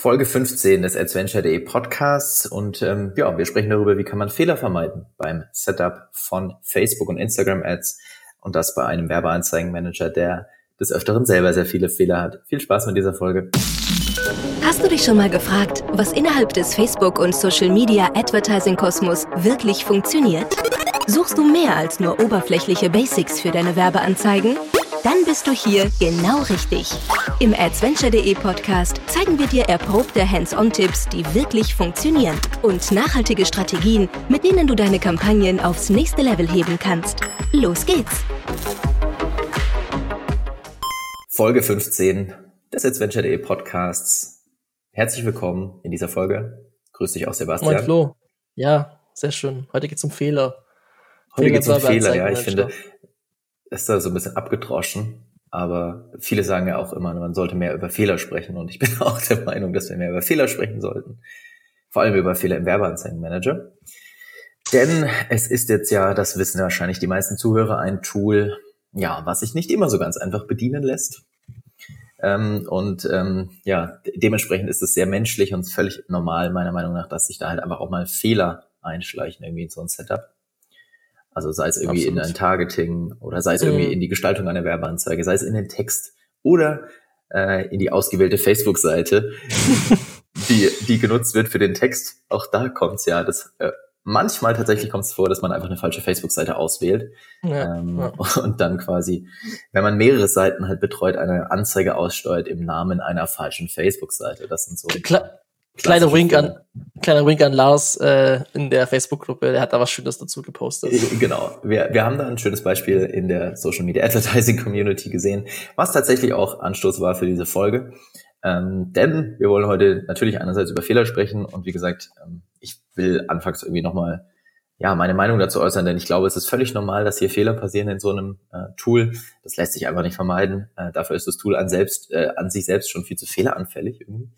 Folge 15 des Adventure.de Podcasts und wir sprechen darüber, wie kann man Fehler vermeiden beim Setup von Facebook und Instagram Ads und das bei einem Werbeanzeigenmanager, der des Öfteren selber sehr viele Fehler hat. Viel Spaß mit dieser Folge. Hast du dich schon mal gefragt, was innerhalb des Facebook- und Social-Media-Advertising-Kosmos wirklich funktioniert? Suchst du mehr als nur oberflächliche Basics für deine Werbeanzeigen? Dann bist du hier genau richtig. Im Adventure.de Podcast zeigen wir dir erprobte Hands-on-Tipps, die wirklich funktionieren und nachhaltige Strategien, mit denen du deine Kampagnen aufs nächste Level heben kannst. Los geht's! Folge 15 des Adventure.de Podcasts. Herzlich willkommen in dieser Folge. Grüß dich auch, Sebastian. Moin Flo. Ja, sehr schön. Heute geht's um Fehler. Heute geht's um Fehler, ja. Ich finde, das ist da so ein bisschen abgedroschen, aber viele sagen ja auch immer, man sollte mehr über Fehler sprechen und ich bin auch der Meinung, dass wir mehr über Fehler sprechen sollten. Vor allem über Fehler im Werbeanzeigenmanager. Denn es ist jetzt ja, das wissen wahrscheinlich die meisten Zuhörer, ein Tool, ja, was sich nicht immer so ganz einfach bedienen lässt. Dementsprechend ist es sehr menschlich und völlig normal, meiner Meinung nach, dass sich da halt einfach auch mal Fehler einschleichen irgendwie in so ein Setup. Also sei es irgendwie in ein Targeting oder sei es irgendwie in die Gestaltung einer Werbeanzeige, sei es in den Text oder in die ausgewählte Facebook-Seite, die genutzt wird für den Text. Auch da kommt's ja, manchmal tatsächlich kommt es vor, dass man einfach eine falsche Facebook-Seite auswählt und dann quasi, wenn man mehrere Seiten halt betreut, eine Anzeige aussteuert im Namen einer falschen Facebook-Seite. Das sind so kleiner Wink an Lars in der Facebook-Gruppe, der hat da was Schönes dazu gepostet. Genau, wir haben da ein schönes Beispiel in der Social Media Advertising Community gesehen, was tatsächlich auch Anstoß war für diese Folge. Denn wir wollen heute natürlich einerseits über Fehler sprechen und wie gesagt, ich will anfangs irgendwie nochmal meine Meinung dazu äußern, denn ich glaube, es ist völlig normal, dass hier Fehler passieren in so einem Tool. Das lässt sich einfach nicht vermeiden. Dafür ist das Tool an sich selbst schon viel zu fehleranfällig irgendwie.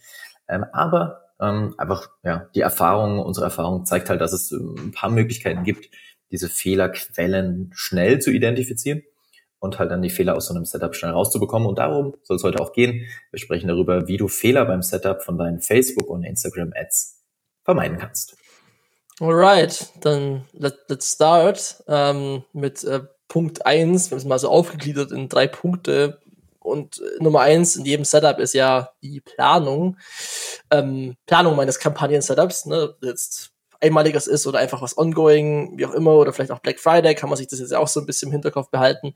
Unsere Erfahrung zeigt halt, dass es ein paar Möglichkeiten gibt, diese Fehlerquellen schnell zu identifizieren und halt dann die Fehler aus so einem Setup schnell rauszubekommen. Und darum soll es heute auch gehen. Wir sprechen darüber, wie du Fehler beim Setup von deinen Facebook- und Instagram-Ads vermeiden kannst. Alright, dann let's start mit Punkt 1. Wir haben es mal so aufgegliedert in 3 Punkte. Und Nummer 1 in jedem Setup ist ja die Planung meines Kampagnen-Setups, ne, jetzt einmaliges ist oder einfach was ongoing, wie auch immer, oder vielleicht auch Black Friday, kann man sich das jetzt auch so ein bisschen im Hinterkopf behalten.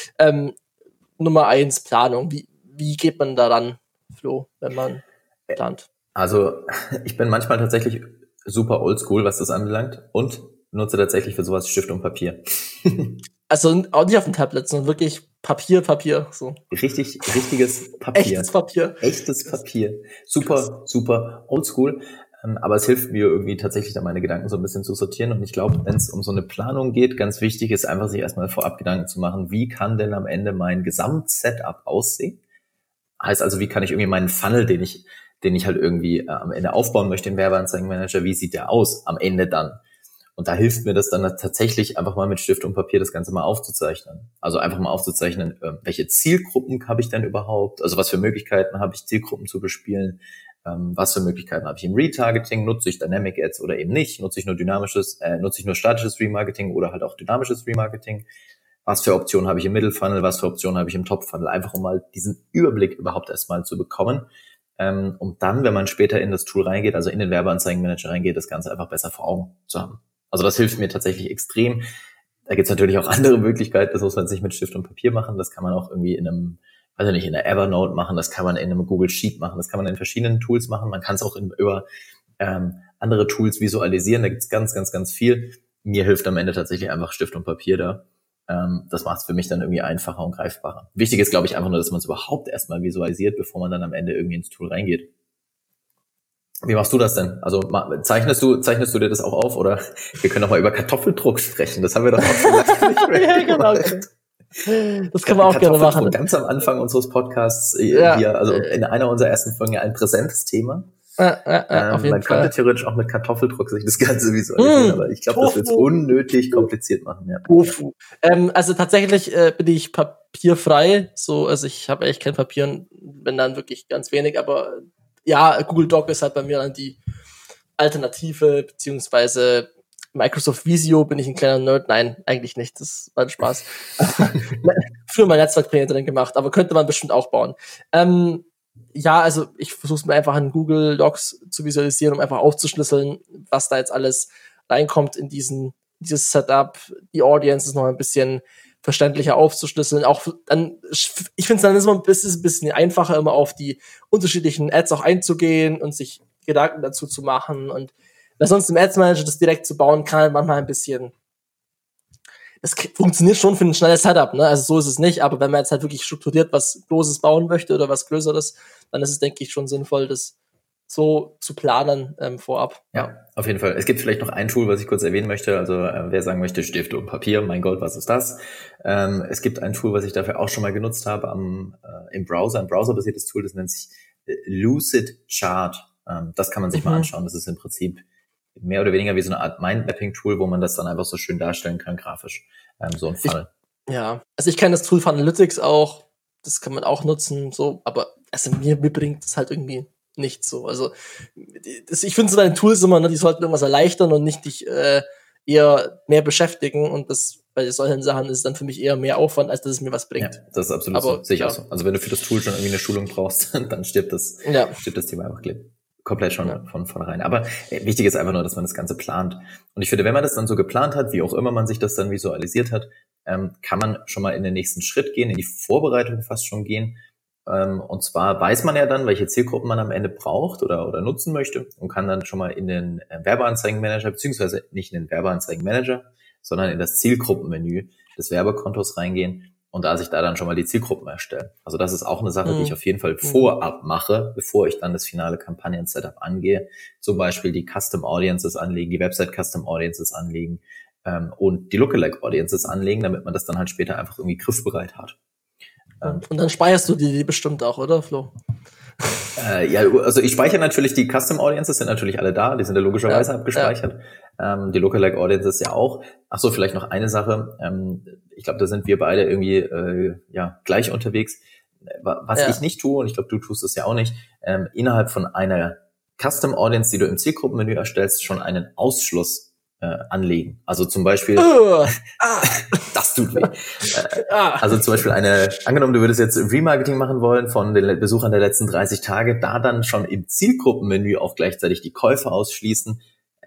Nummer 1, Planung. Wie geht man da ran, Flo, wenn man plant? Also, ich bin manchmal tatsächlich super oldschool, was das anbelangt und nutze tatsächlich für sowas Stift und Papier. Also auch nicht auf dem Tablet, sondern wirklich Papier, so. Richtiges Papier. Echtes Papier. Super oldschool. Aber es hilft mir irgendwie tatsächlich da meine Gedanken so ein bisschen zu sortieren. Und ich glaube, wenn es um so eine Planung geht, ganz wichtig ist einfach sich erstmal vorab Gedanken zu machen, wie kann denn am Ende mein Gesamtsetup aussehen? Heißt also, wie kann ich irgendwie meinen Funnel, den ich halt irgendwie am Ende aufbauen möchte im Werbeanzeigenmanager, wie sieht der aus am Ende dann? Und da hilft mir das dann tatsächlich einfach mal mit Stift und Papier das Ganze mal aufzuzeichnen. Also einfach mal aufzuzeichnen, welche Zielgruppen habe ich denn überhaupt? Also was für Möglichkeiten habe ich, Zielgruppen zu bespielen? Was für Möglichkeiten habe ich im Retargeting? Nutze ich Dynamic Ads oder eben nicht? Nutze ich nur statisches Remarketing oder halt auch dynamisches Remarketing? Was für Optionen habe ich im Middle Funnel? Was für Optionen habe ich im Top Funnel? Einfach um mal diesen Überblick überhaupt erstmal zu bekommen. Um dann, wenn man später in das Tool reingeht, also in den Werbeanzeigenmanager reingeht, das Ganze einfach besser vor Augen zu haben. Also das hilft mir tatsächlich extrem. Da gibt's natürlich auch andere Möglichkeiten, das muss man nicht mit Stift und Papier machen, das kann man auch irgendwie in der Evernote machen, das kann man in einem Google Sheet machen, das kann man in verschiedenen Tools machen, man kann es auch über andere Tools visualisieren, da gibt's ganz viel. Mir hilft am Ende tatsächlich einfach Stift und Papier da. Das macht es für mich dann irgendwie einfacher und greifbarer. Wichtig ist, glaube ich, einfach nur, dass man es überhaupt erstmal visualisiert, bevor man dann am Ende irgendwie ins Tool reingeht. Wie machst du das denn? Also zeichnest du dir das auch auf? Oder wir können doch mal über Kartoffeldruck sprechen. Das haben wir doch auch schon lange Ja, genau. Das kann man auch gerne machen. Ganz am Anfang unseres Podcasts hier, also in einer unserer ersten Folgen ja ein präsentes Thema. Auf jeden man Fall. könnte theoretisch auch mit Kartoffeldruck sich das Ganze visualisieren, aber ich glaube, das wird es unnötig kompliziert machen. Ja. Tofu. Also tatsächlich bin ich papierfrei. Also ich habe echt kein Papier, wenn dann wirklich ganz wenig, aber ja, Google Doc ist halt bei mir dann die Alternative, beziehungsweise Microsoft Visio, bin ich ein kleiner Nerd? Nein, eigentlich nicht. Das war ein Spaß. Früher mal Netzwerkpläne drin gemacht, aber könnte man bestimmt auch bauen. Ja, also ich versuche es mir einfach in Google Docs zu visualisieren, um einfach aufzuschlüsseln, was da jetzt alles reinkommt in dieses Setup. Die Audience ist noch ein bisschen verständlicher aufzuschlüsseln. Auch dann, ich finde es dann ist immer ein bisschen einfacher, immer auf die unterschiedlichen Ads auch einzugehen und sich Gedanken dazu zu machen. Und sonst im Ads Manager das direkt zu bauen, kann halt manchmal ein bisschen. Das funktioniert schon für ein schnelles Setup, ne? Also so ist es nicht, aber wenn man jetzt halt wirklich strukturiert was Großes bauen möchte oder was Größeres, dann ist es, denke ich, schon sinnvoll, das so zu planen vorab. Ja, auf jeden Fall. Es gibt vielleicht noch ein Tool, was ich kurz erwähnen möchte. Also wer sagen möchte, Stift und Papier, mein Gott, was ist das? Es gibt ein Tool, was ich dafür auch schon mal genutzt habe im Browser, ein browserbasiertes Tool, das nennt sich Lucidchart. Das kann man sich mal anschauen. Das ist im Prinzip mehr oder weniger wie so eine Art Mindmapping-Tool, wo man das dann einfach so schön darstellen kann, grafisch. So ein Fall. Also ich kenne das Tool von Analytics auch. Das kann man auch nutzen, so. Aber also mir bringt es halt irgendwie nicht so. Also ich finde so deine Tools immer, ne, die sollten irgendwas erleichtern und nicht dich eher mehr beschäftigen. Und das bei solchen Sachen ist dann für mich eher mehr Aufwand, als dass es mir was bringt. Ja, das ist absolut so. Sehe ich auch so. Also wenn du für das Tool schon irgendwie eine Schulung brauchst, dann stirbt das Thema einfach komplett schon von vornherein. Aber wichtig ist einfach nur, dass man das Ganze plant. Und ich finde, wenn man das dann so geplant hat, wie auch immer man sich das dann visualisiert hat, kann man schon mal in den nächsten Schritt gehen, in die Vorbereitung fast schon gehen. Und zwar weiß man ja dann, welche Zielgruppen man am Ende braucht oder nutzen möchte und kann dann schon mal in den Werbeanzeigenmanager, beziehungsweise nicht in den Werbeanzeigenmanager, sondern in das Zielgruppenmenü des Werbekontos reingehen und da sich da dann schon mal die Zielgruppen erstellen. Also das ist auch eine Sache, die ich auf jeden Fall vorab mache, bevor ich dann das finale Kampagnen-Setup angehe. Zum Beispiel die Custom Audiences anlegen, die Website Custom Audiences anlegen und die Lookalike Audiences anlegen, damit man das dann halt später einfach irgendwie griffbereit hat. Und dann speicherst du die bestimmt auch, oder, Flo? Ja, also ich speichere natürlich die Custom Audiences, sind natürlich alle da, die sind ja logischerweise abgespeichert. Ja. Die Lookalike Audiences ja auch. Ach so, vielleicht noch eine Sache. Ich glaube, da sind wir beide irgendwie gleich unterwegs. Was ich nicht tue, und ich glaube, du tust es ja auch nicht, innerhalb von einer Custom Audience, die du im Zielgruppenmenü erstellst, schon einen Ausschluss anlegen. Also zum Beispiel, das tut weh. Also zum Beispiel angenommen, du würdest jetzt Remarketing machen wollen von den Besuchern der letzten 30 Tage, da dann schon im Zielgruppenmenü auch gleichzeitig die Käufer ausschließen.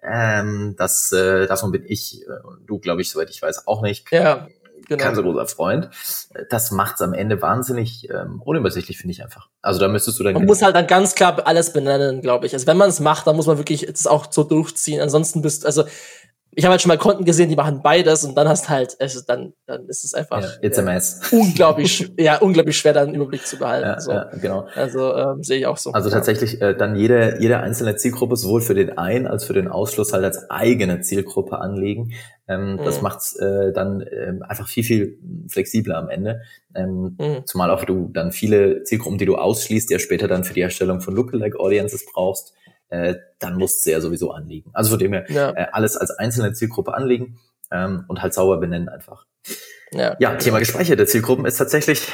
Davon bin ich und du, glaube ich, soweit ich weiß, auch nicht. Ja, genau. Kein so großer Freund. Das macht's am Ende wahnsinnig unübersichtlich, finde ich einfach. Also da müsstest du dann... Man muss halt dann ganz klar alles benennen, glaube ich. Also wenn man es macht, dann muss man wirklich das auch so durchziehen. Ansonsten ich habe halt schon mal Konten gesehen, die machen beides und dann hast halt, dann ist es einfach it's a mess. unglaublich schwer, da einen Überblick zu behalten. So. Ja, genau. Also sehe ich auch so. Also tatsächlich dann jede einzelne Zielgruppe sowohl für den Ein- als für den Ausschluss halt als eigene Zielgruppe anlegen. Das macht's dann einfach viel, viel flexibler am Ende. Zumal auch du dann viele Zielgruppen, die du ausschließt, ja später dann für die Erstellung von Lookalike Audiences brauchst, dann musst du ja sowieso anlegen. Also von dem her alles als einzelne Zielgruppe anlegen und halt sauber benennen einfach. Ja, Thema gespeicherte Zielgruppen ist tatsächlich,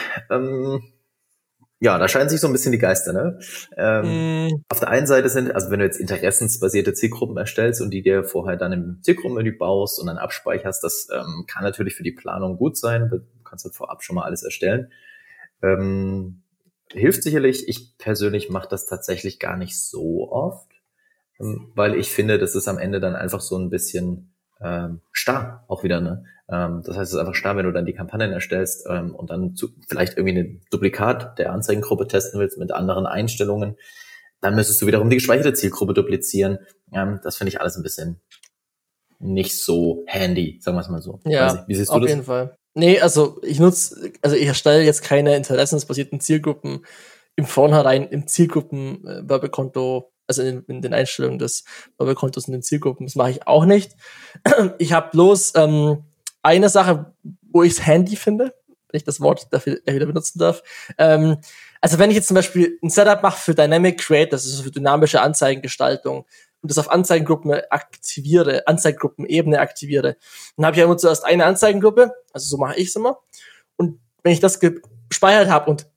da scheiden sich so ein bisschen die Geister, ne? Auf der einen Seite also wenn du jetzt interessensbasierte Zielgruppen erstellst und die dir vorher dann im Zielgruppenmenü baust und dann abspeicherst, das kann natürlich für die Planung gut sein. Du kannst halt vorab schon mal alles erstellen. Hilft sicherlich. Ich persönlich mache das tatsächlich gar nicht so oft, weil ich finde, das ist am Ende dann einfach so ein bisschen starr auch wieder, ne? Das heißt, es ist einfach starr, wenn du dann die Kampagnen erstellst und dann vielleicht irgendwie ein Duplikat der Anzeigengruppe testen willst mit anderen Einstellungen, dann müsstest du wiederum die gespeicherte Zielgruppe duplizieren. Das finde ich alles ein bisschen nicht so handy, sagen wir es mal so. Ja, wie siehst du das? Auf jeden Fall. Nee, also ich erstelle jetzt keine interessensbasierten Zielgruppen im Vornherein im Zielgruppen-Werbekonto, also in den Einstellungen des Werbekontos in den Zielgruppen. Das mache ich auch nicht. Ich habe bloß eine Sache, wo ich es handy finde, wenn ich das Wort dafür wieder benutzen darf. Also wenn ich jetzt zum Beispiel ein Setup mache für Dynamic Create, das ist für dynamische Anzeigengestaltung, und das auf Anzeigenebene aktiviere, dann habe ich ja immer zuerst eine Anzeigengruppe, also so mache ich es immer. Und wenn ich das gespeichert habe und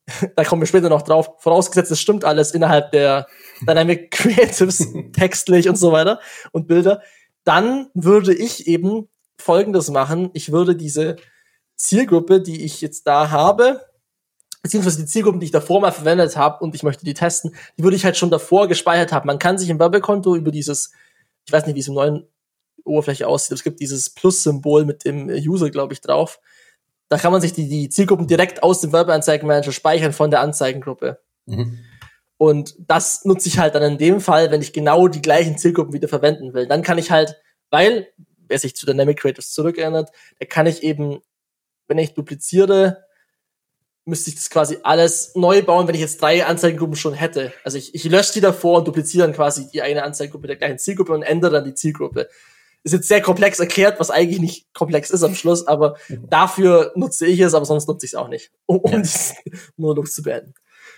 da kommen wir später noch drauf, vorausgesetzt, es stimmt alles innerhalb der Dynamic Creatives, textlich und so weiter und Bilder, dann würde ich eben Folgendes machen. Ich würde diese Zielgruppe, die ich jetzt da habe, beziehungsweise die Zielgruppen, die ich davor mal verwendet habe und ich möchte die testen, die würde ich halt schon davor gespeichert haben. Man kann sich im Werbekonto über dieses, ich weiß nicht, wie es im neuen Oberfläche aussieht, es gibt dieses Plus-Symbol mit dem User, glaube ich, drauf. Da kann man sich die Zielgruppen direkt aus dem Werbeanzeigenmanager speichern von der Anzeigengruppe. Mhm. Und das nutze ich halt dann in dem Fall, wenn ich genau die gleichen Zielgruppen wieder verwenden will. Dann kann ich halt, weil, wer sich zu Dynamic Creatives zurückerinnert, der kann ich eben, wenn ich dupliziere, müsste ich das quasi alles neu bauen, wenn ich jetzt 3 Anzeigengruppen schon hätte. Also ich lösche die davor und dupliziere dann quasi die eine Anzeigengruppe der gleichen Zielgruppe und ändere dann die Zielgruppe. Ist jetzt sehr komplex erklärt, was eigentlich nicht komplex ist am Schluss, aber dafür nutze ich es, aber sonst nutze ich es auch nicht, um diesen Monolog zu beenden.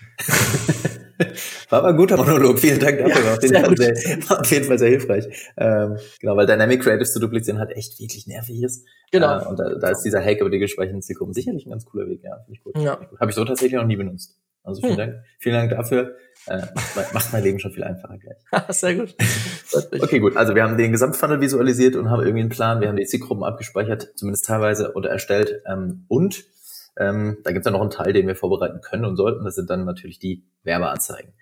War aber ein guter Monolog, vielen Dank dafür, war auf jeden Fall sehr hilfreich. Genau, weil Dynamic Creatives zu duplizieren halt echt wirklich nervig ist. Genau. Und da ist dieser Hack über die gespeicherten Zielgruppen sicherlich ein ganz cooler Weg, ja, finde ich gut. Ja. Habe ich so tatsächlich noch nie benutzt. Also vielen Dank dafür. Macht mein Leben schon viel einfacher gleich. Sehr gut. Okay, gut. Also wir haben den Gesamtfunnel visualisiert und haben irgendwie einen Plan. Wir haben die Zielgruppen abgespeichert, zumindest teilweise, oder erstellt. Da gibt's ja noch einen Teil, den wir vorbereiten können und sollten. Das sind dann natürlich die Werbeanzeigen.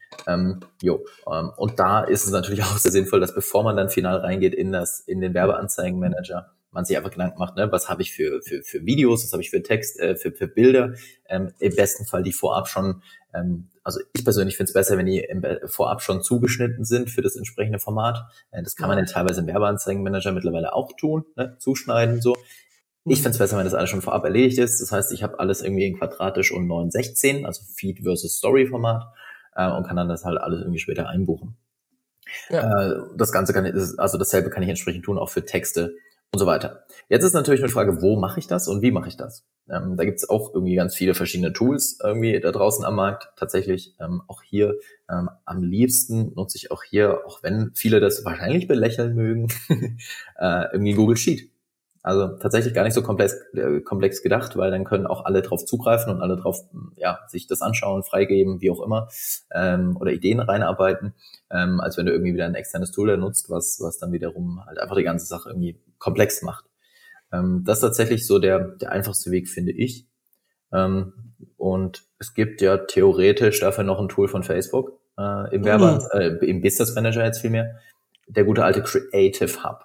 Und da ist es natürlich auch sehr sinnvoll, dass bevor man dann final reingeht in den Werbeanzeigenmanager, man sich einfach Gedanken macht, ne, was habe ich für Videos, was habe ich für Text, für Bilder, im besten Fall die vorab schon, also ich persönlich finde es besser, wenn die vorab schon zugeschnitten sind für das entsprechende Format. Das kann man ja teilweise im Werbeanzeigenmanager mittlerweile auch tun, ne, zuschneiden so. Ich finde es besser, wenn das alles schon vorab erledigt ist. Das heißt, ich habe alles irgendwie in quadratisch und 9:16, also Feed versus Story Format, und kann dann das halt alles irgendwie später einbuchen. Ja. Dasselbe kann ich entsprechend tun, auch für Texte und so weiter. Jetzt ist natürlich eine Frage, wo mache ich das und wie mache ich das? Da gibt es auch irgendwie ganz viele verschiedene Tools irgendwie da draußen am Markt. Tatsächlich auch hier am liebsten nutze ich auch hier, auch wenn viele das wahrscheinlich belächeln mögen, irgendwie Google Sheet. Also tatsächlich gar nicht so komplex gedacht, weil dann können auch alle drauf zugreifen und alle drauf, sich das anschauen, freigeben, wie auch immer, oder Ideen reinarbeiten, als wenn du irgendwie wieder ein externes Tool nutzt, was dann wiederum halt einfach die ganze Sache irgendwie komplex macht. Das ist tatsächlich so der einfachste Weg, finde ich. Und es gibt ja theoretisch dafür noch ein Tool von Facebook, im Business Manager jetzt vielmehr, der gute alte Creative Hub.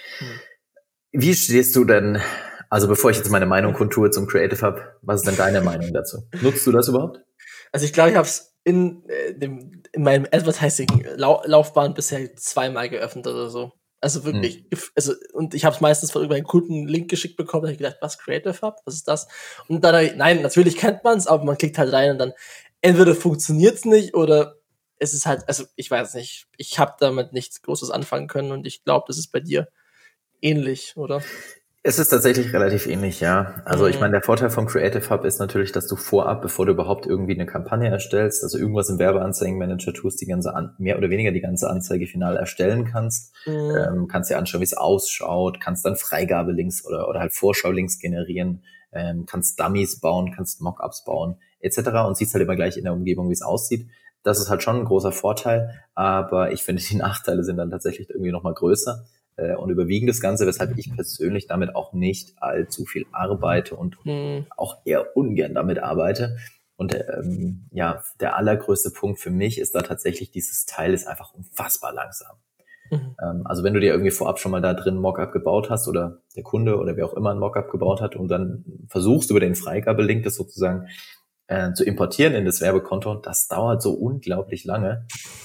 Wie stehst du denn, also bevor ich jetzt meine Meinung kundtue zum Creative Hub, was ist denn deine Meinung dazu? Nutzt du das überhaupt? Also ich glaube, ich habe es in meinem Advertising-Laufbahn bisher 2-mal geöffnet oder so. Also wirklich, und ich habe es meistens von irgendeinem guten Link geschickt bekommen, da habe ich gedacht, was, Creative Hub, was ist das? Und dann, nein, natürlich kennt man es, aber man klickt halt rein und dann entweder funktioniert es nicht oder es ist halt, also ich weiß nicht, ich habe damit nichts Großes anfangen können und ich glaube, das ist bei dir ähnlich, oder? Es ist tatsächlich relativ ähnlich, ja. Also ich meine, der Vorteil vom Creative Hub ist natürlich, dass du vorab, bevor du überhaupt irgendwie eine Kampagne erstellst, also irgendwas im Werbeanzeigenmanager tust, mehr oder weniger die ganze Anzeige final erstellen kannst, kannst dir anschauen, wie es ausschaut, kannst dann Freigabelinks oder halt Vorschaulinks generieren, kannst Dummies bauen, kannst Mockups bauen, etc. und siehst halt immer gleich in der Umgebung, wie es aussieht. Das ist halt schon ein großer Vorteil, aber ich finde, die Nachteile sind dann tatsächlich irgendwie nochmal größer und überwiegen das Ganze, weshalb ich persönlich damit auch nicht allzu viel arbeite und auch eher ungern damit arbeite. Und der allergrößte Punkt für mich ist da tatsächlich, dieses Teil ist einfach unfassbar langsam. Also wenn du dir irgendwie vorab schon mal da drin ein Mockup gebaut hast oder der Kunde oder wer auch immer ein Mockup gebaut hat und dann versuchst über den Freigabelink das sozusagen zu importieren in das Werbekonto, das dauert so unglaublich lange.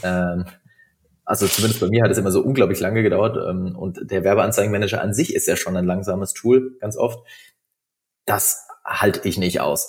Also zumindest bei mir hat es immer so unglaublich lange gedauert und der Werbeanzeigenmanager an sich ist ja schon ein langsames Tool, ganz oft. Das halte ich nicht aus.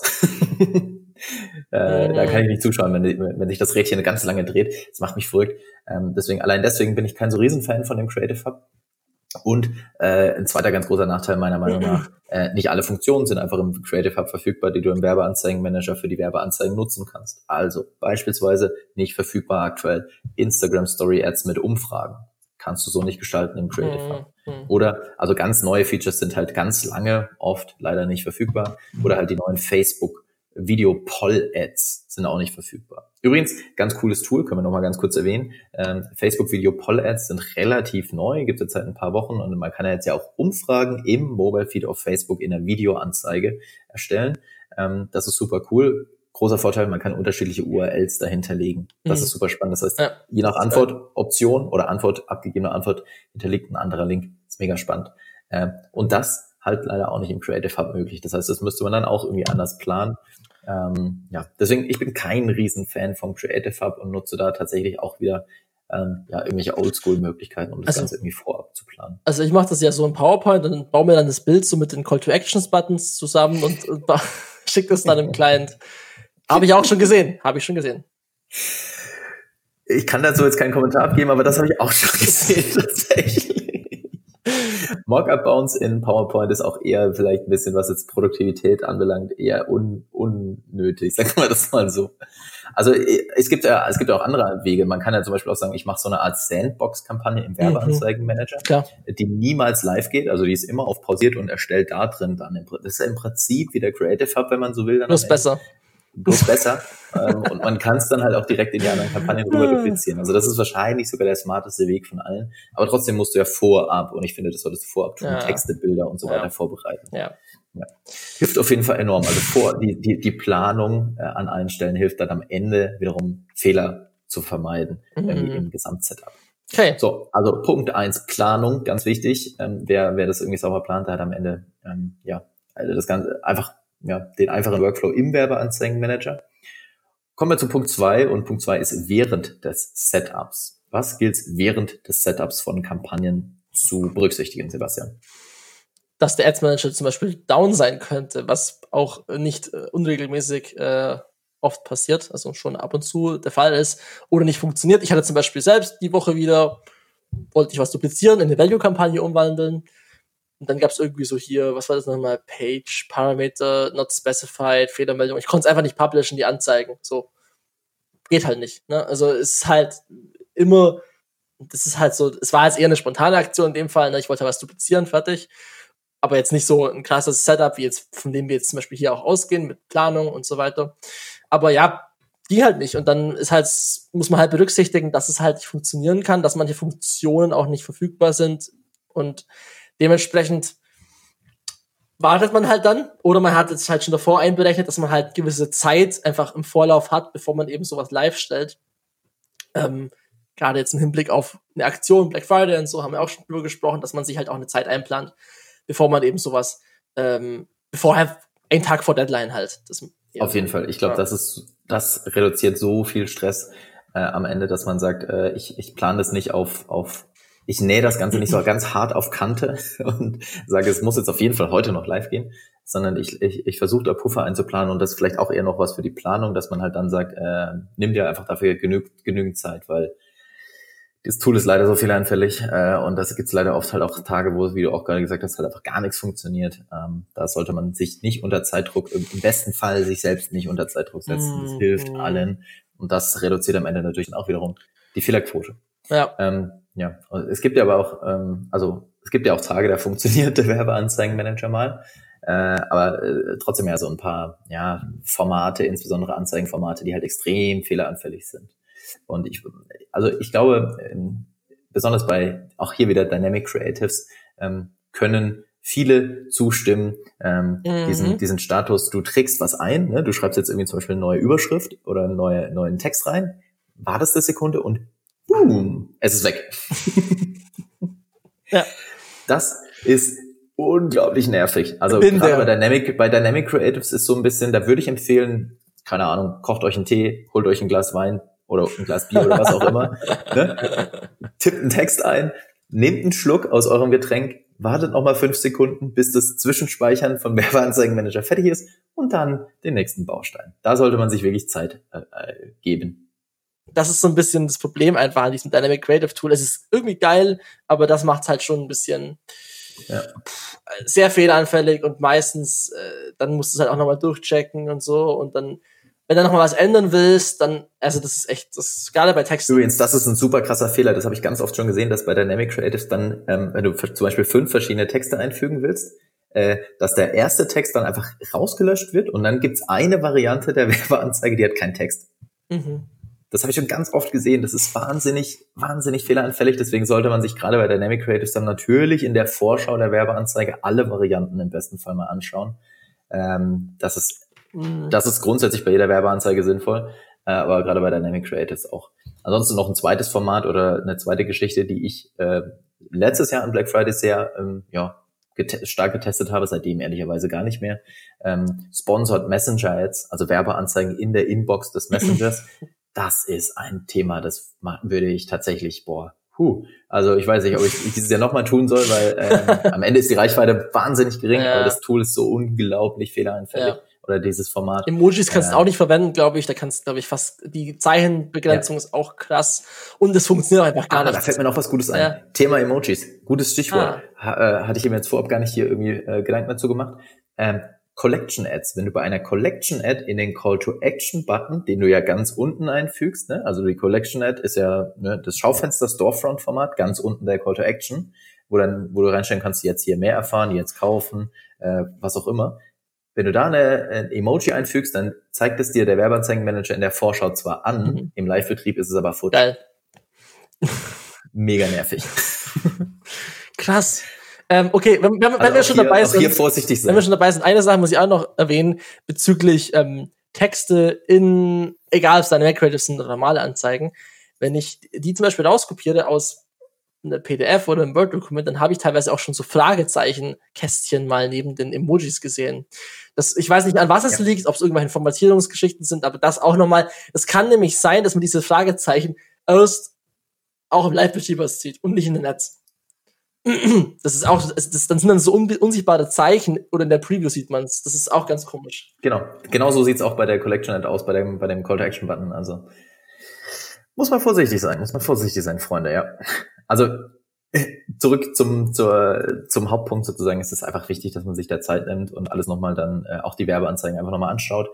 Da kann ich nicht zuschauen, wenn sich das Rädchen ganz lange dreht. Das macht mich verrückt. Deswegen bin ich kein so Riesenfan von dem Creative Hub. Und ein zweiter ganz großer Nachteil meiner Meinung nach, nicht alle Funktionen sind einfach im Creative Hub verfügbar, die du im Werbeanzeigenmanager für die Werbeanzeigen nutzen kannst. Also beispielsweise nicht verfügbar aktuell Instagram Story Ads mit Umfragen. Kannst du so nicht gestalten im Creative Hub. Oder, also ganz neue Features sind halt ganz lange oft leider nicht verfügbar. Oder halt die neuen Facebook Video-Poll-Ads sind auch nicht verfügbar. Übrigens, ganz cooles Tool, können wir nochmal ganz kurz erwähnen. Facebook Video-Poll-Ads sind relativ neu, gibt es jetzt seit ein paar Wochen und man kann ja jetzt ja auch Umfragen im Mobile-Feed auf Facebook in der Videoanzeige erstellen. Das ist super cool. Großer Vorteil, man kann unterschiedliche URLs dahinter legen. Das ist super spannend. Das heißt, je nach Antwortoption oder abgegebene Antwort hinterliegt ein anderer Link. Das ist mega spannend. Und das halt leider auch nicht im Creative Hub möglich. Das heißt, das müsste man dann auch irgendwie anders planen. Deswegen, ich bin kein Riesenfan vom Creative Hub und nutze da tatsächlich auch wieder irgendwelche Oldschool-Möglichkeiten, um das Ganze irgendwie vorab zu planen. Also ich mache das ja so in PowerPoint und baue mir dann das Bild so mit den Call-to-Actions-Buttons zusammen und schicke das dann im Client. Habe ich schon gesehen. Ich kann dazu jetzt keinen Kommentar abgeben, aber das habe ich auch schon gesehen, tatsächlich. Mockup-Bounce in PowerPoint ist auch eher vielleicht ein bisschen, was jetzt Produktivität anbelangt, eher unnötig, sagen wir das mal so. Also es gibt ja auch andere Wege. Man kann ja zum Beispiel auch sagen, ich mache so eine Art Sandbox-Kampagne im Werbeanzeigenmanager, die niemals live geht, also die ist immer auf pausiert und erstellt da drin dann. Das ist ja im Prinzip wie der Creative Hub, wenn man so will. Bloß besser. Und man kann es dann halt auch direkt in die anderen Kampagnen rüber duplizieren. Also das ist wahrscheinlich sogar der smarteste Weg von allen. Aber trotzdem musst du ja vorab, und ich finde, das solltest du vorab tun, Texte, Bilder und so weiter vorbereiten. Ja. Hilft auf jeden Fall enorm. Also die Planung an allen Stellen hilft dann am Ende wiederum Fehler zu vermeiden im Gesamtsetup. Okay. So, also Punkt 1, Planung, ganz wichtig. Wer das irgendwie sauber plant, der hat am Ende also das Ganze einfach den einfachen Workflow im Werbeanzeigenmanager. Kommen wir zu Punkt 2 und Punkt 2 ist während des Setups. Was gilt während des Setups von Kampagnen zu berücksichtigen, Sebastian? Dass der Ads Manager zum Beispiel down sein könnte, was auch nicht unregelmäßig oft passiert, also schon ab und zu der Fall ist oder nicht funktioniert. Ich hatte zum Beispiel selbst die Woche wieder, wollte ich was duplizieren, in eine Value-Kampagne umwandeln. Und dann gab es irgendwie so hier, was war das nochmal? Page, Parameter, not specified, Fehlermeldung. Ich konnte es einfach nicht publishen, die Anzeigen. So. Geht halt nicht. Ne? Also es ist halt immer, das ist halt so, es war jetzt eher eine spontane Aktion in dem Fall. Ne? Ich wollte was duplizieren, fertig. Aber jetzt nicht so ein krasses Setup, wie jetzt, von dem wir jetzt zum Beispiel hier auch ausgehen, mit Planung und so weiter. Aber ja, die halt nicht. Und dann ist halt, muss man halt berücksichtigen, dass es halt nicht funktionieren kann, dass manche Funktionen auch nicht verfügbar sind und dementsprechend wartet man halt dann, oder man hat jetzt halt schon davor einberechnet, dass man halt gewisse Zeit einfach im Vorlauf hat, bevor man eben sowas live stellt. Gerade jetzt im Hinblick auf eine Aktion, Black Friday und so, haben wir auch schon drüber gesprochen, dass man sich halt auch eine Zeit einplant, bevor man eben sowas, bevor halt ein Tag vor Deadline halt. Auf jeden Fall. Ich glaube, das reduziert so viel Stress am Ende, dass man sagt, ich plane das nicht ich nähe das Ganze nicht so ganz hart auf Kante und sage, es muss jetzt auf jeden Fall heute noch live gehen, sondern ich versuche da Puffer einzuplanen und das ist vielleicht auch eher noch was für die Planung, dass man halt dann sagt, nimm dir einfach dafür genügend Zeit, weil das Tool ist leider so fehleranfällig und das gibt's leider oft halt auch Tage, wo, wie du auch gerade gesagt hast, halt einfach gar nichts funktioniert. Da sollte man sich nicht unter Zeitdruck, im besten Fall sich selbst nicht unter Zeitdruck setzen. Das hilft allen und das reduziert am Ende natürlich auch wiederum die Fehlerquote. Ja. Es gibt ja aber auch, es gibt ja auch Tage, da funktioniert der Werbeanzeigenmanager mal. Aber trotzdem so ein paar Formate, insbesondere Anzeigenformate, die halt extrem fehleranfällig sind. Und ich glaube, besonders bei auch hier wieder Dynamic Creatives können viele zustimmen, diesen Status, du trägst was ein, ne? Du schreibst jetzt irgendwie zum Beispiel eine neue Überschrift oder einen neuen Text rein, wartest eine Sekunde und boom, es ist weg. Ja. Das ist unglaublich nervig. Also gerade bei Dynamic Creatives ist so ein bisschen, da würde ich empfehlen, keine Ahnung, kocht euch einen Tee, holt euch ein Glas Wein oder ein Glas Bier oder was auch immer, ne? Tippt einen Text ein, nehmt einen Schluck aus eurem Getränk, wartet noch mal 5 Sekunden, bis das Zwischenspeichern von Werbeanzeigenmanager fertig ist und dann den nächsten Baustein. Da sollte man sich wirklich Zeit geben. Das ist so ein bisschen das Problem einfach an diesem Dynamic Creative Tool. Es ist irgendwie geil, aber das macht's halt schon ein bisschen sehr fehleranfällig und meistens dann musst du es halt auch nochmal durchchecken und so und dann, wenn du nochmal was ändern willst, dann, also das ist echt, das ist gerade bei Texten. Übrigens, das ist ein super krasser Fehler, das habe ich ganz oft schon gesehen, dass bei Dynamic Creatives dann, wenn du zum Beispiel 5 verschiedene Texte einfügen willst, dass der erste Text dann einfach rausgelöscht wird und dann gibt's eine Variante der Werbeanzeige, die hat keinen Text. Das habe ich schon ganz oft gesehen. Das ist wahnsinnig fehleranfällig. Deswegen sollte man sich gerade bei Dynamic Creatives dann natürlich in der Vorschau der Werbeanzeige alle Varianten im besten Fall mal anschauen. Das ist grundsätzlich bei jeder Werbeanzeige sinnvoll, aber gerade bei Dynamic Creatives auch. Ansonsten noch ein zweites Format oder eine zweite Geschichte, die ich letztes Jahr an Black Friday sehr stark getestet habe, seitdem ehrlicherweise gar nicht mehr. Sponsored Messenger Ads, also Werbeanzeigen in der Inbox des Messengers. Das ist ein Thema, das würde ich tatsächlich, also ich weiß nicht, ob ich dieses Jahr nochmal tun soll, weil am Ende ist die Reichweite wahnsinnig gering, aber das Tool ist so unglaublich fehleranfällig. Ja. Oder dieses Format. Emojis kannst du auch nicht verwenden, glaube ich. Da kannst du, glaube ich, fast, die Zeichenbegrenzung ist auch krass. Und es funktioniert einfach gar nicht. Da fällt mir noch was Gutes ein. Ja. Thema Emojis. Gutes Stichwort. Hatte ich mir jetzt vorab gar nicht hier irgendwie Gedanken dazu gemacht. Collection Ads. Wenn du bei einer Collection Ad in den Call to Action Button, den du ja ganz unten einfügst, ne? Also die Collection Ad ist ja das Schaufenster Storefront Format, ganz unten der Call to Action, wo du reinstellen kannst, jetzt hier mehr erfahren, jetzt kaufen, was auch immer. Wenn du da ein Emoji einfügst, dann zeigt es dir der Werbeanzeigenmanager in der Vorschau zwar an, im Live-Betrieb ist es aber futsch. Geil. Mega nervig. Krass. Okay, wenn wir schon dabei sind. Hier vorsichtig sein. Wenn wir schon dabei sind, eine Sache muss ich auch noch erwähnen, bezüglich Texte egal ob es Dynamic Creatives sind oder normale Anzeigen. Wenn ich die zum Beispiel rauskopiere aus einer PDF oder einem Word-Dokument, dann habe ich teilweise auch schon so Fragezeichen-Kästchen mal neben den Emojis gesehen. Ich weiß nicht, an was es liegt, ob es irgendwelche Formatierungsgeschichten sind, aber das auch nochmal, es kann nämlich sein, dass man diese Fragezeichen erst auch im Live-Betrieb zieht und nicht in den Netz. Das ist auch, dann sind dann so unsichtbare Zeichen oder in der Preview sieht man es. Das ist auch ganz komisch. Genau so sieht es auch bei der Collection Ad aus, bei dem Call-to-Action-Button. Also muss man vorsichtig sein, Freunde, ja. Also zurück zum Hauptpunkt sozusagen. Es ist einfach wichtig, dass man sich da Zeit nimmt und alles nochmal dann auch die Werbeanzeigen einfach nochmal anschaut.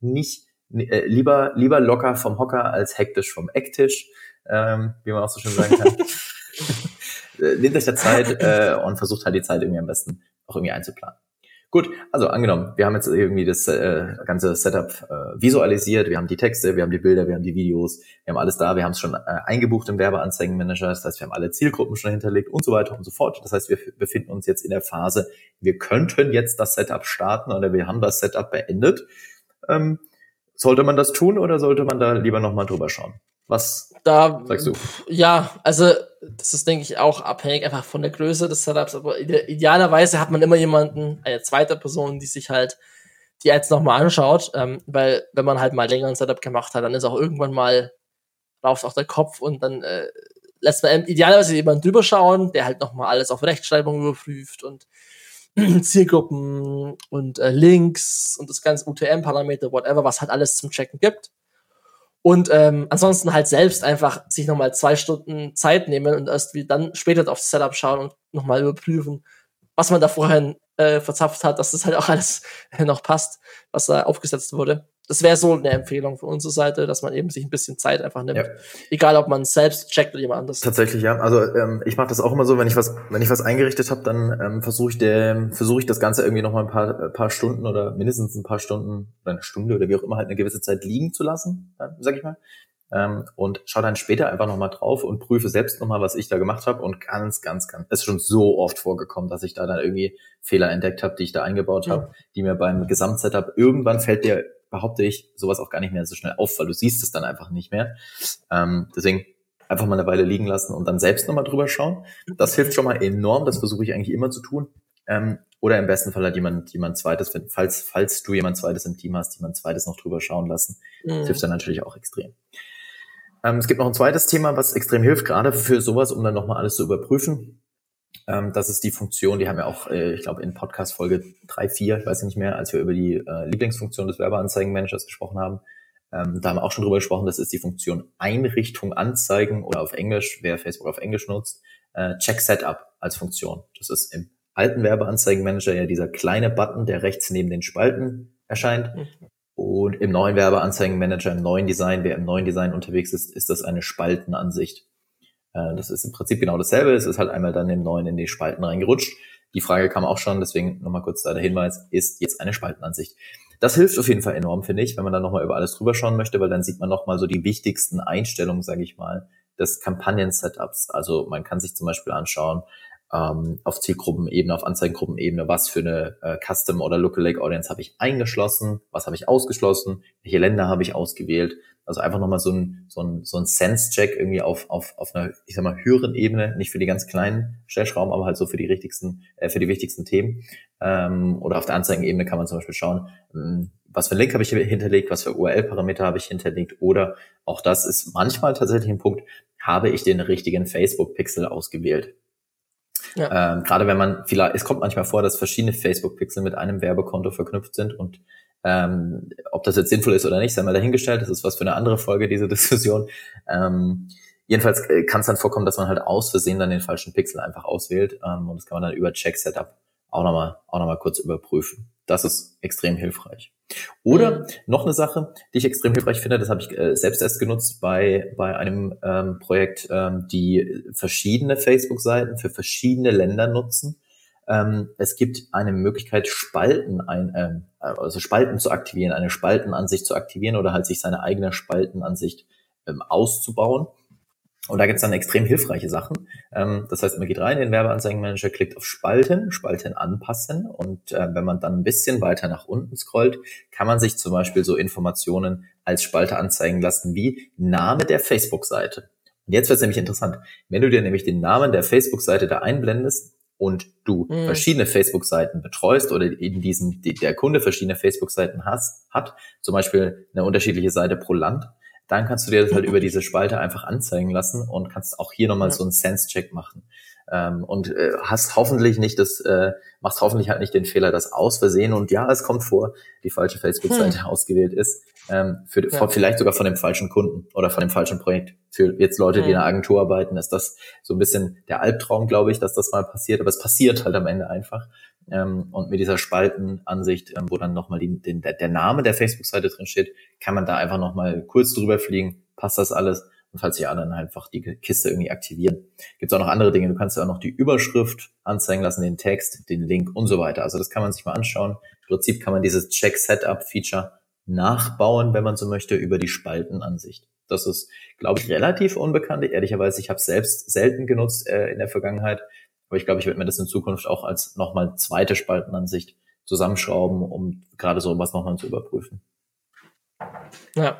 Lieber locker vom Hocker als hektisch vom Ecktisch, wie man auch so schön sagen kann. Nehmt euch da Zeit und versucht halt die Zeit irgendwie am besten auch irgendwie einzuplanen. Gut, also angenommen, wir haben jetzt irgendwie das ganze Setup visualisiert, wir haben die Texte, wir haben die Bilder, wir haben die Videos, wir haben alles da, wir haben es schon eingebucht im Werbeanzeigenmanager, das heißt, wir haben alle Zielgruppen schon hinterlegt und so weiter und so fort. Das heißt, wir befinden uns jetzt in der Phase, wir könnten jetzt das Setup starten oder wir haben das Setup beendet. Sollte man das tun oder sollte man da lieber nochmal drüber schauen? Was sagst du? Ja, also das ist, denke ich, auch abhängig einfach von der Größe des Setups, aber idealerweise hat man immer jemanden, eine zweite Person, die sich halt die Ads nochmal anschaut, weil wenn man halt mal länger ein Setup gemacht hat, dann ist auch irgendwann mal rauf auch der Kopf und dann lässt man idealerweise jemanden drüber schauen, der halt nochmal alles auf Rechtschreibung überprüft und Zielgruppen und Links und das ganze UTM-Parameter, whatever, was halt alles zum Checken gibt. Und ansonsten halt selbst einfach sich nochmal 2 Stunden Zeit nehmen und erst dann später aufs Setup schauen und nochmal überprüfen, was man da vorhin verzapft hat, dass das halt auch alles noch passt, was da aufgesetzt wurde. Das wäre so eine Empfehlung von unserer Seite, dass man eben sich ein bisschen Zeit einfach nimmt. Ja. Egal, ob man es selbst checkt oder jemand anderes. Tatsächlich, ja. Also ich mache das auch immer so, wenn ich was eingerichtet habe, dann versuche ich das Ganze irgendwie noch mal ein paar Stunden oder mindestens ein paar Stunden oder eine Stunde oder wie auch immer halt eine gewisse Zeit liegen zu lassen, sag ich mal. Und schaue dann später einfach noch mal drauf und prüfe selbst noch mal, was ich da gemacht habe. Und ganz, es ist schon so oft vorgekommen, dass ich da dann irgendwie Fehler entdeckt habe, die ich da eingebaut habe, die mir beim Gesamtsetup irgendwann fällt dir, behaupte ich, sowas auch gar nicht mehr so schnell auf, weil du siehst es dann einfach nicht mehr. Deswegen einfach mal eine Weile liegen lassen und dann selbst nochmal drüber schauen. Das hilft schon mal enorm, das versuche ich eigentlich immer zu tun. Oder im besten Fall halt jemand Zweites, falls du jemand Zweites im Team hast, jemand Zweites noch drüber schauen lassen. Das hilft dann natürlich auch extrem. Es gibt noch ein zweites Thema, was extrem hilft, gerade für sowas, um dann nochmal alles zu überprüfen. Das ist die Funktion, die haben wir auch, ich glaube, in Podcast-Folge 3, 4, ich weiß nicht mehr, als wir über die Lieblingsfunktion des Werbeanzeigenmanagers gesprochen haben. Da haben wir auch schon drüber gesprochen, das ist die Funktion Einrichtung anzeigen oder auf Englisch, wer Facebook auf Englisch nutzt, Check Setup als Funktion. Das ist im alten Werbeanzeigenmanager ja dieser kleine Button, der rechts neben den Spalten erscheint. Und im neuen Werbeanzeigenmanager, im neuen Design, wer im neuen Design unterwegs ist, ist das eine Spaltenansicht. Das ist im Prinzip genau dasselbe. Es ist halt einmal dann im neuen in die Spalten reingerutscht. Die Frage kam auch schon, deswegen nochmal kurz da der Hinweis, ist jetzt eine Spaltenansicht. Das hilft auf jeden Fall enorm, finde ich, wenn man dann nochmal über alles drüber schauen möchte, weil dann sieht man nochmal so die wichtigsten Einstellungen, sage ich mal, des Kampagnen-Setups. Also man kann sich zum Beispiel anschauen, auf Zielgruppenebene, auf Anzeigengruppenebene, was für eine Custom- oder Lookalike Audience habe ich eingeschlossen, was habe ich ausgeschlossen, welche Länder habe ich ausgewählt. Also einfach nochmal so ein Sense-Check irgendwie auf einer, ich sag mal, höheren Ebene, nicht für die ganz kleinen Stellschrauben, aber halt so für die wichtigsten Themen. Oder auf der Anzeigenebene kann man zum Beispiel schauen, was für einen Link habe ich hinterlegt, was für URL-Parameter habe ich hinterlegt, oder auch das ist manchmal tatsächlich ein Punkt, habe ich den richtigen Facebook-Pixel ausgewählt. Ja. Gerade wenn man es kommt manchmal vor, dass verschiedene Facebook-Pixel mit einem Werbekonto verknüpft sind und ob das jetzt sinnvoll ist oder nicht, sei mal dahingestellt, das ist was für eine andere Folge, diese Diskussion. Jedenfalls kann es dann vorkommen, dass man halt aus Versehen dann den falschen Pixel einfach auswählt, und das kann man dann über Check-Setup auch nochmal kurz überprüfen. Das ist extrem hilfreich. Oder noch eine Sache, die ich extrem hilfreich finde, das habe ich selbst erst genutzt bei einem Projekt, die verschiedene Facebook-Seiten für verschiedene Länder nutzen. Es gibt eine Möglichkeit, Spalten zu aktivieren, eine Spaltenansicht zu aktivieren oder halt sich seine eigene Spaltenansicht auszubauen. Und da gibt's dann extrem hilfreiche Sachen. Das heißt, man geht rein in den Werbeanzeigenmanager, klickt auf Spalten anpassen, und wenn man dann ein bisschen weiter nach unten scrollt, kann man sich zum Beispiel so Informationen als Spalte anzeigen lassen wie Name der Facebook-Seite. Und jetzt wird's nämlich interessant. Wenn du dir nämlich den Namen der Facebook-Seite da einblendest und du verschiedene Facebook-Seiten betreust oder in diesem der Kunde verschiedene Facebook-Seiten hat, zum Beispiel eine unterschiedliche Seite pro Land, dann kannst du dir das halt über diese Spalte einfach anzeigen lassen und kannst auch hier nochmal so einen Sense-Check machen. Machst hoffentlich halt nicht den Fehler, dass aus Versehen, und ja, es kommt vor, die falsche Facebook-Seite ausgewählt ist, vielleicht sogar von dem falschen Kunden oder von dem falschen Projekt. Für jetzt Leute, die in einer Agentur arbeiten, ist das so ein bisschen der Albtraum, glaube ich, dass das mal passiert, aber es passiert halt am Ende einfach. Und mit dieser Spaltenansicht, wo dann nochmal der Name der Facebook-Seite drin steht, kann man da einfach nochmal kurz drüber fliegen, passt das alles, und falls ja, dann einfach die Kiste irgendwie aktivieren. Gibt es auch noch andere Dinge, du kannst ja auch noch die Überschrift anzeigen lassen, den Text, den Link und so weiter. Also das kann man sich mal anschauen. Im Prinzip kann man dieses Check-Setup-Feature nachbauen, wenn man so möchte, über die Spaltenansicht. Das ist, glaube ich, relativ unbekannt. Ehrlicherweise, ich habe es selbst selten genutzt in der Vergangenheit. Aber ich glaube, ich werde mir das in Zukunft auch als nochmal zweite Spaltenansicht zusammenschrauben, um gerade so was nochmal zu überprüfen. Ja.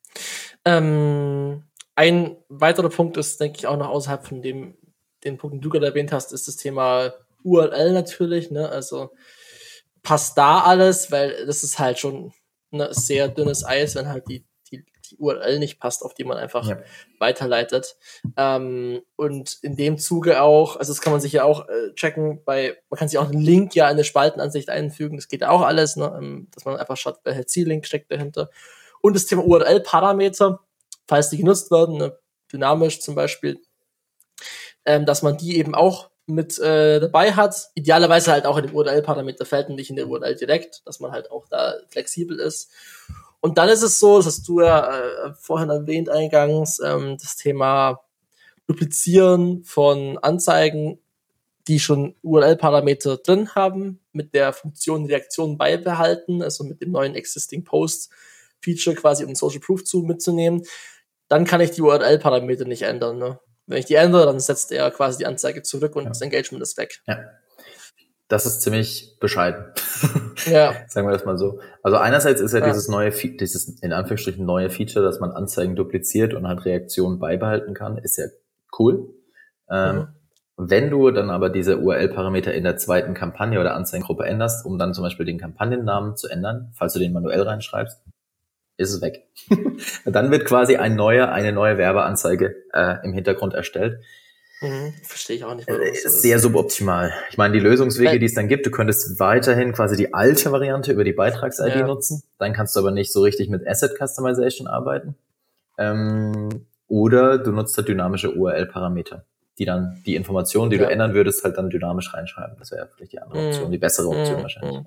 Ein weiterer Punkt ist, denke ich, auch noch außerhalb von den Punkt, den du gerade erwähnt hast, ist das Thema URL natürlich. Ne? Also passt da alles, weil das ist halt schon sehr dünnes Eis, wenn halt die URL nicht passt, auf die man einfach weiterleitet. Und in dem Zuge auch, also das kann man sich ja auch checken, man kann sich auch einen Link ja in eine Spaltenansicht einfügen, das geht auch alles, ne? Dass man einfach schaut, welcher Ziellink steckt dahinter. Und das Thema URL-Parameter, falls die genutzt werden, ne? Dynamisch zum Beispiel, dass man die eben auch mit dabei hat, idealerweise halt auch in dem URL-Parameterfeld und nicht in der URL direkt, dass man halt auch da flexibel ist. Und dann ist es so, das hast du ja vorhin erwähnt eingangs, das Thema Duplizieren von Anzeigen, die schon URL-Parameter drin haben, mit der Funktion Reaktionen beibehalten, also mit dem neuen Existing Post-Feature quasi, um Social Proof mitzunehmen. Dann kann ich die URL-Parameter nicht ändern. Ne? Wenn ich die ändere, dann setzt er quasi die Anzeige zurück und das Engagement ist weg. Ja. Das ist ziemlich bescheiden. Ja. Sagen wir das mal so. Also einerseits ist ja dieses in Anführungsstrichen neue Feature, dass man Anzeigen dupliziert und halt Reaktionen beibehalten kann, ist ja cool. Wenn du dann aber diese URL-Parameter in der zweiten Kampagne oder Anzeigengruppe änderst, um dann zum Beispiel den Kampagnennamen zu ändern, falls du den manuell reinschreibst, ist es weg. Dann wird quasi eine neue Werbeanzeige im Hintergrund erstellt. Verstehe ich auch nicht. Sehr suboptimal. Ich meine, die Lösungswege, die es dann gibt, du könntest weiterhin quasi die alte Variante über die Beitrags-ID nutzen. Dann kannst du aber nicht so richtig mit Asset Customization arbeiten. Oder du nutzt halt dynamische URL-Parameter, die dann die Informationen, die du ändern würdest, halt dann dynamisch reinschreiben. Das wäre vielleicht die andere Option, die bessere Option wahrscheinlich.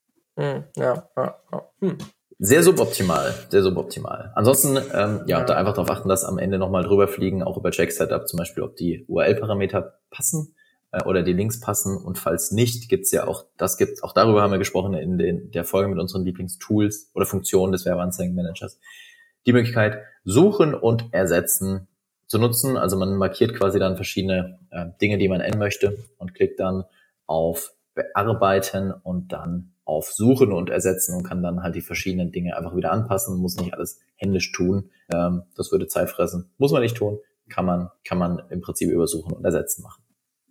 Sehr suboptimal, sehr suboptimal. Ansonsten, da einfach darauf achten, dass am Ende nochmal drüber fliegen, auch über Check-Setup zum Beispiel, ob die URL-Parameter passen oder die Links passen. Und falls nicht, auch darüber haben wir gesprochen in der Folge mit unseren Lieblingstools oder Funktionen des Werbeanzeigenmanagers, die Möglichkeit, Suchen und Ersetzen zu nutzen. Also man markiert quasi dann verschiedene Dinge, die man ändern möchte und klickt dann auf Bearbeiten und dann auf Suchen und Ersetzen und kann dann halt die verschiedenen Dinge einfach wieder anpassen, muss nicht alles händisch tun. Das würde Zeit fressen. Muss man nicht tun. Kann man im Prinzip über Suchen und Ersetzen machen.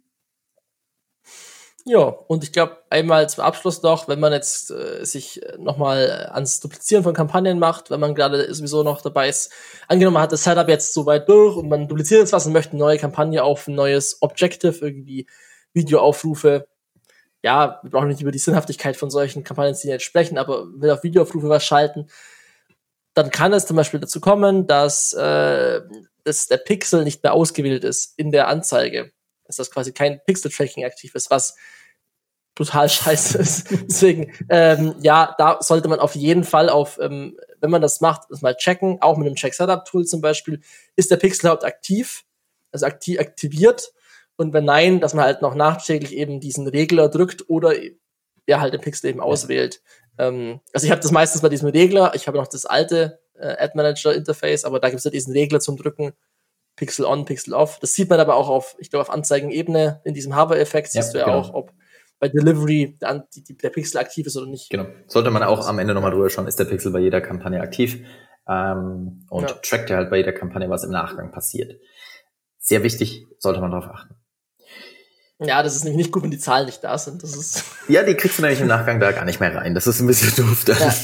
Ja, und ich glaube, einmal zum Abschluss noch, wenn man jetzt sich nochmal ans Duplizieren von Kampagnen macht, wenn man gerade sowieso noch dabei ist, angenommen, man hat das Setup jetzt so weit durch und man dupliziert jetzt was und möchte eine neue Kampagne auf ein neues Objective, irgendwie Videoaufrufe. Ja, wir brauchen nicht über die Sinnhaftigkeit von solchen Kampagnenzielen jetzt sprechen, aber will auf Videoaufrufe was schalten, dann kann es zum Beispiel dazu kommen, dass der Pixel nicht mehr ausgewählt ist in der Anzeige. Dass das quasi kein Pixel-Tracking aktiv ist, was total scheiße ist. Deswegen, da sollte man auf jeden Fall wenn man das macht, das mal checken, auch mit einem Check-Setup-Tool zum Beispiel, ist der Pixel überhaupt aktiv, also aktiviert, und wenn nein, dass man halt noch nachträglich eben diesen Regler drückt oder halt den Pixel eben auswählt. Also ich habe das meistens bei diesem Regler, ich habe noch das alte Ad-Manager-Interface, aber da gibt es ja diesen Regler zum Drücken, Pixel on, Pixel off. Das sieht man aber auch auf Anzeigenebene, in diesem Hover-Effekt siehst du ja auch, ob bei Delivery der Pixel aktiv ist oder nicht. Genau. Sollte man auch am Ende nochmal drüber schauen, ist der Pixel bei jeder Kampagne aktiv trackt ja halt bei jeder Kampagne, was im Nachgang passiert. Sehr wichtig, sollte man darauf achten. Ja, das ist nämlich nicht gut, wenn die Zahlen nicht da sind. Das ist ja, die kriegst du nämlich im Nachgang da gar nicht mehr rein. Das ist ein bisschen doof dann. Ja.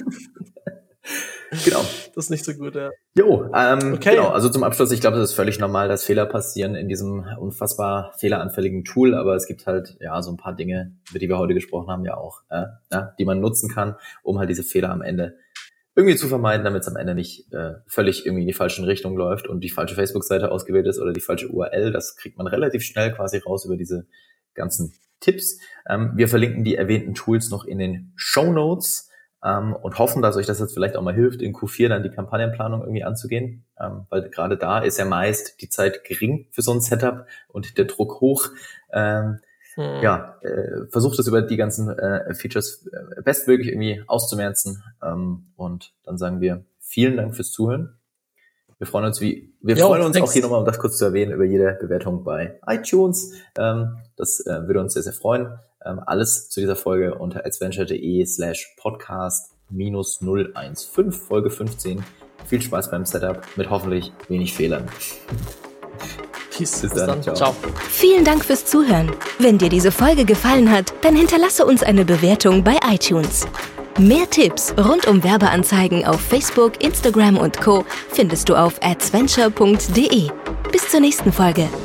Genau. Das ist nicht so gut, ja. Jo, genau, also zum Abschluss, ich glaube, es ist völlig normal, dass Fehler passieren in diesem unfassbar fehleranfälligen Tool, aber es gibt halt so ein paar Dinge, über die wir heute gesprochen haben, ja auch, die man nutzen kann, um halt diese Fehler am Ende irgendwie zu vermeiden, damit es am Ende nicht völlig irgendwie in die falsche Richtung läuft und die falsche Facebook-Seite ausgewählt ist oder die falsche URL. Das kriegt man relativ schnell quasi raus über diese ganzen Tipps. Wir verlinken die erwähnten Tools noch in den Shownotes. Und hoffen, dass euch das jetzt vielleicht auch mal hilft, in Q4 dann die Kampagnenplanung irgendwie anzugehen, weil gerade da ist ja meist die Zeit gering für so ein Setup und der Druck hoch. Versucht es über die ganzen Features bestmöglich irgendwie auszumerzen, und dann sagen wir vielen Dank fürs Zuhören. Wir freuen uns auch hier nochmal, um das kurz zu erwähnen, über jede Bewertung bei iTunes. Das würde uns sehr, sehr freuen. Alles zu dieser Folge unter adventure.de/podcast-015, Folge 15. Viel Spaß beim Setup mit hoffentlich wenig Fehlern. Peace. Bis dann. Ciao. Vielen Dank fürs Zuhören. Wenn dir diese Folge gefallen hat, dann hinterlasse uns eine Bewertung bei iTunes. Mehr Tipps rund um Werbeanzeigen auf Facebook, Instagram und Co. findest du auf adventure.de. Bis zur nächsten Folge.